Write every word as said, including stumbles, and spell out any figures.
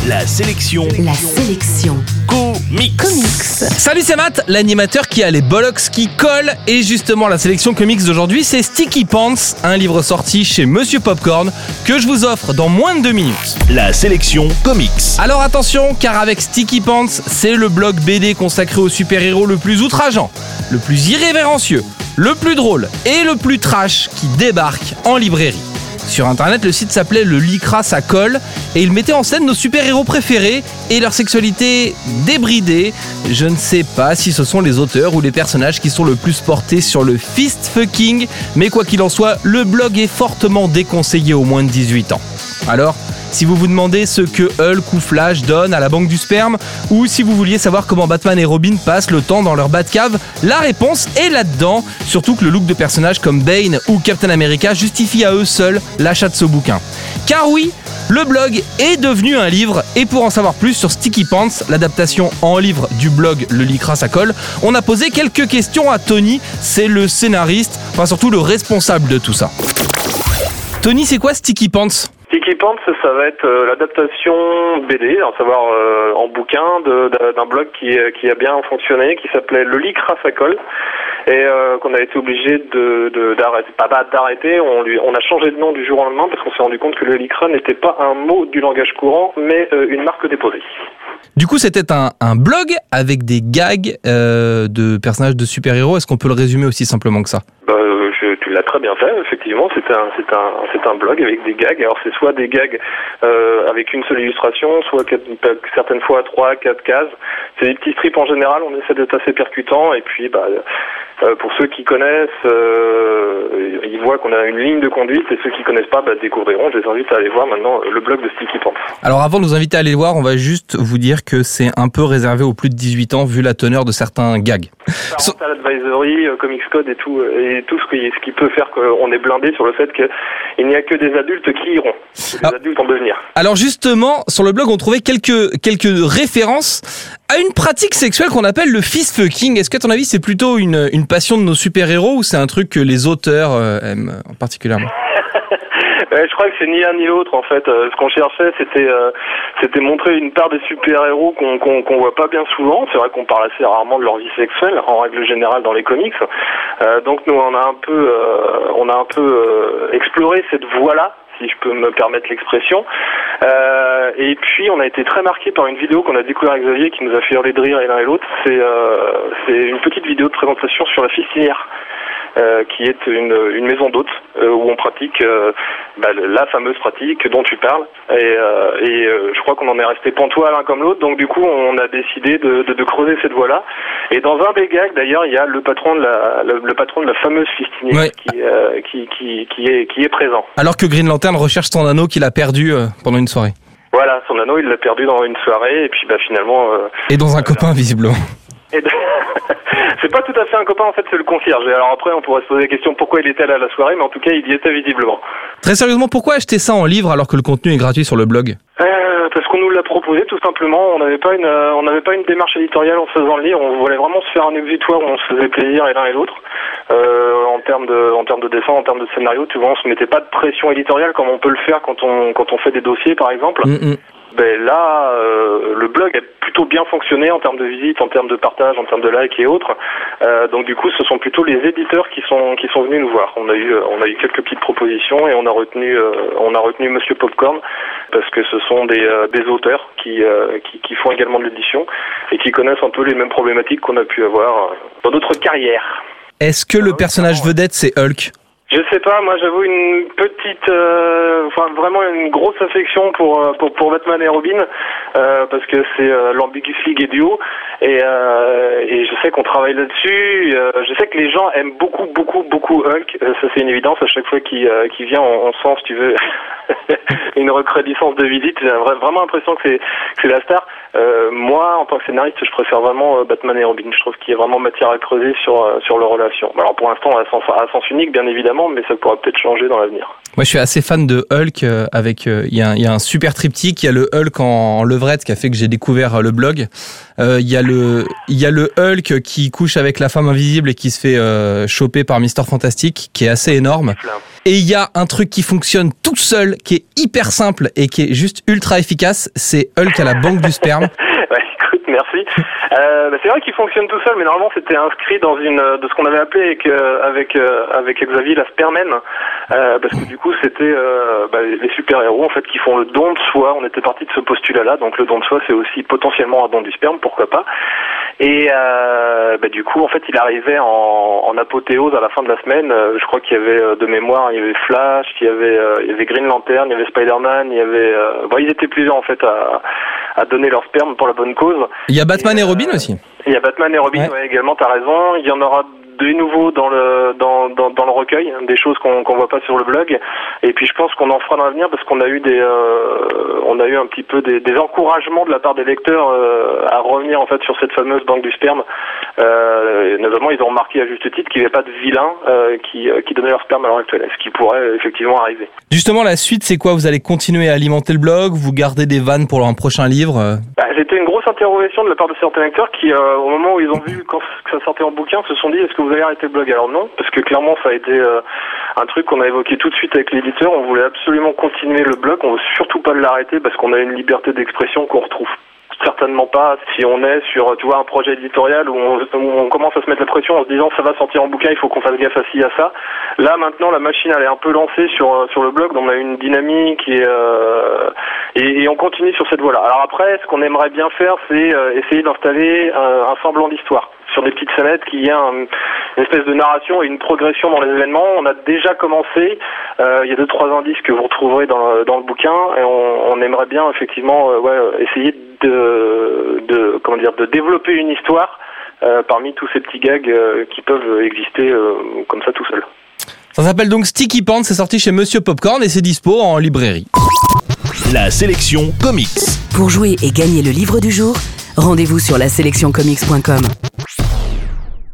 La sélection. La sélection. Comics. Comics. Salut, c'est Matt, l'animateur qui a les bollocks qui collent. Et justement, la sélection comics d'aujourd'hui, c'est Sticky Pants, un livre sorti chez Monsieur Popcorn que je vous offre dans moins de deux minutes. La sélection comics. Alors attention, car avec Sticky Pants, c'est le blog B D consacré aux super-héros le plus outrageant, le plus irrévérencieux, le plus drôle et le plus trash qui débarque en librairie. Sur internet, le site s'appelait Le Lycra ça colle et il mettait en scène nos super-héros préférés et leur sexualité débridée. Je ne sais pas si ce sont les auteurs ou les personnages qui sont le plus portés sur le fist fucking, mais quoi qu'il en soit, le blog est fortement déconseillé aux moins de dix-huit ans. Alors, si vous vous demandez ce que Hulk ou Flash donnent à la banque du sperme, ou si vous vouliez savoir comment Batman et Robin passent le temps dans leur Batcave, la réponse est là-dedans, surtout que le look de personnages comme Bane ou Captain America justifie à eux seuls l'achat de ce bouquin. Car oui, le blog est devenu un livre, et pour en savoir plus sur Sticky Pants, l'adaptation en livre du blog Le Lycra ça colle, on a posé quelques questions à Tony, c'est le scénariste, enfin surtout le responsable de tout ça. Tony, c'est quoi Sticky Pants ? Sticky Pants, ça va être euh, l'adaptation B D, à savoir euh, en bouquin de, de, d'un blog qui, qui a bien fonctionné, qui s'appelait Le Lycra ça colle, et euh, qu'on a été obligé de, de d'arrêter, pas d'arrêter, on lui, on a changé de nom du jour au lendemain parce qu'on s'est rendu compte que le Lycra n'était pas un mot du langage courant, mais euh, une marque déposée. Du coup, c'était un, un blog avec des gags euh, de personnages de super-héros. Est-ce qu'on peut le résumer aussi simplement que ça ? Bah, je, tu l'as très bien fait, effectivement. C'est un, c'est un, c'est un blog avec des gags. Alors, c'est soit des gags euh, avec une seule illustration, soit quatre, certaines fois trois, quatre cases. C'est des petits strips en général. On essaie d'être assez percutant. Et puis, bah, euh, pour ceux qui connaissent, euh, ils voient qu'on a une ligne de conduite. Et ceux qui connaissent pas, bah, découvriront. Je les invite à aller voir maintenant le blog de Sticky Pants. Alors, avant de nous inviter à aller le voir, on va juste vous dire que c'est un peu réservé aux plus de dix-huit ans vu la teneur de certains gags. Parental advisory, euh, Comics Code et tout, et tout ce qui, ce qui peut faire qu'on est blindé sur le fait qu'il n'y a que des adultes qui iront, des ah. adultes en devenir. Alors justement, sur le blog, on trouvait quelques quelques références à une pratique sexuelle qu'on appelle le fist fucking. Est-ce qu'à ton avis, c'est plutôt une une passion de nos super-héros ou c'est un truc que les auteurs euh, aiment particulièrement? Ouais, je crois que c'est ni l'un ni l'autre en fait. Euh, ce qu'on cherchait, c'était euh, c'était montrer une part des super-héros qu'on qu'on qu'on voit pas bien souvent. C'est vrai qu'on parle assez rarement de leur vie sexuelle en règle générale dans les comics. Euh, donc nous on a un peu euh, on a un peu euh, exploré cette voie-là, si je peux me permettre l'expression. Euh, et puis on a été très marqué par une vidéo qu'on a découvert avec Xavier qui nous a fait hurler de rire et l'un et l'autre. C'est euh, c'est une petite vidéo de présentation sur la fistinière. Euh, qui est une, une maison d'hôtes euh, où on pratique euh, bah, la fameuse pratique dont tu parles et, euh, et euh, je crois qu'on en est resté pantois l'un comme l'autre, donc du coup on a décidé de, de, de creuser cette voie-là et dans un des gags d'ailleurs il y a le patron de la le, le patron de la fameuse fistinière ouais. qui, euh, qui, qui, qui, est, qui est présent. Alors que Green Lantern recherche son anneau qu'il a perdu euh, pendant une soirée. Voilà, son anneau il l'a perdu dans une soirée et puis bah finalement... Euh, et dans un euh, copain visiblement. Et de... c'est pas tout à fait un copain, en fait, c'est le concierge. Et alors après, on pourrait se poser la question pourquoi il était là à la soirée, mais en tout cas, il y était visiblement. Très sérieusement, pourquoi acheter ça en livre alors que le contenu est gratuit sur le blog ? euh, Parce qu'on nous l'a proposé, tout simplement. On n'avait pas une, euh, on n'avait pas une démarche éditoriale en faisant le livre. On voulait vraiment se faire un exutoire où on se faisait plaisir et l'un et l'autre. Euh, en termes de, en termes de dessin, en termes de scénario, tu vois, on se mettait pas de pression éditoriale comme on peut le faire quand on, quand on fait des dossiers, par exemple. Mm-hmm. Ben là, euh, le blog a plutôt bien fonctionné en termes de visite, en termes de partage, en termes de likes et autres. Euh, donc du coup, ce sont plutôt les éditeurs qui sont qui sont venus nous voir. On a eu on a eu quelques petites propositions et on a retenu euh, on a retenu Monsieur Popcorn parce que ce sont des euh, des auteurs qui, euh, qui qui font également de l'édition et qui connaissent un peu les mêmes problématiques qu'on a pu avoir dans d'autres carrières. Est-ce que le personnage vedette c'est Hulk ? Je sais pas, moi j'avoue une petite, euh, enfin vraiment une grosse affection pour pour, pour Batman et Robin euh, parce que c'est euh, l'Ambiguous League et duo et euh, et je sais qu'on travaille là-dessus. Euh, je sais que les gens aiment beaucoup beaucoup beaucoup Hulk. Euh, ça c'est une évidence à chaque fois qu'il euh, qu'il vient, on, on sent si tu veux une recrudescence de visite. J'ai vraiment l'impression que c'est que c'est la star. Euh, moi, en tant que scénariste, je préfère vraiment euh, Batman et Robin. Je trouve qu'il y a vraiment matière à creuser sur euh, sur leur relation. Alors pour l'instant, à sens, à sens unique, bien évidemment, mais ça pourra peut-être changer dans l'avenir. Moi, je suis assez fan de Hulk. Euh, avec, il euh, y a, il y a un super triptyque. Il y a le Hulk en, en levrette qui a fait que j'ai découvert euh, le blog. Il euh, y a le, il y a le Hulk qui couche avec la femme invisible et qui se fait euh, choper par Mister Fantastic, qui est assez énorme. Et il y a un truc qui fonctionne tout seul, qui est hyper simple et qui est juste ultra efficace, c'est Hulk à la banque du sperme. Ouais, écoute, merci. Euh, bah, c'est vrai qu'il fonctionne tout seul, mais normalement c'était inscrit dans une de ce qu'on avait appelé avec euh, avec euh, avec Xavier la spermène, euh, parce que du coup c'était euh, bah, les super-héros en fait qui font le don de soi. On était parti de ce postulat-là, donc le don de soi c'est aussi potentiellement un don du sperme, pourquoi pas. Et euh, bah, du coup en fait il arrivait en, en apothéose à la fin de la semaine. Euh, je crois qu'il y avait euh, de mémoire, il y avait Flash, il y avait euh, il y avait Green Lantern, il y avait Spider-Man, il y avait euh, bon, ils étaient plusieurs en fait à à donner leur sperme pour la bonne cause. Il y a Batman et, et Robin euh, aussi. Il y a Batman et Robin, ouais. Ouais, également, t'as raison. Il y en aura de nouveau dans le dans dans, dans le recueil, des choses qu'on qu'on voit pas sur le blog. Et puis je pense qu'on en fera dans l'avenir parce qu'on a eu des euh, on a eu un petit peu des, des encouragements de la part des lecteurs euh, à revenir en fait sur cette fameuse banque du sperme. Euh, notamment, ils ont remarqué à juste titre qu'il n'y avait pas de vilains euh, qui qui donnaient leur sperme à l'heure actuelle, ce qui pourrait euh, effectivement arriver. Justement, la suite, c'est quoi? Vous allez continuer à alimenter le blog? Vous gardez des vannes pour un prochain livre? Bah, c'était une grosse interrogation de la part de certains lecteurs qui, euh, au moment où ils ont vu quand que ça sortait en bouquin, se sont dit est-ce que vous allez arrêter le blog? Alors non, parce que clairement ça a été euh, un truc qu'on a évoqué tout de suite avec l'éditeur. On voulait absolument continuer le blog, on veut surtout pas l'arrêter parce qu'on a une liberté d'expression qu'on retrouve certainement pas si on est sur, tu vois, un projet éditorial où on, où on commence à se mettre la pression en se disant ça va sortir en bouquin, il faut qu'on fasse gaffe à ci, à ça. Là maintenant la machine elle est un peu lancée sur sur le blog, on a une dynamique et euh, et, et on continue sur cette voie-là. Alors après, ce qu'on aimerait bien faire, c'est euh, essayer d'installer un, un semblant d'histoire sur des petites scénettes, qu'il y ait un, une espèce de narration et une progression dans les événements. On a déjà commencé, euh, il y a deux trois indices que vous retrouverez dans le, dans le bouquin, et on, on aimerait bien effectivement euh, ouais, essayer de, de comment dire de développer une histoire euh, parmi tous ces petits gags euh, qui peuvent exister euh, comme ça tout seul. Ça s'appelle donc Sticky Pants, c'est sorti chez Monsieur Popcorn et c'est dispo en librairie. La sélection comics. Pour jouer et gagner le livre du jour, rendez-vous sur la sélection comics point com.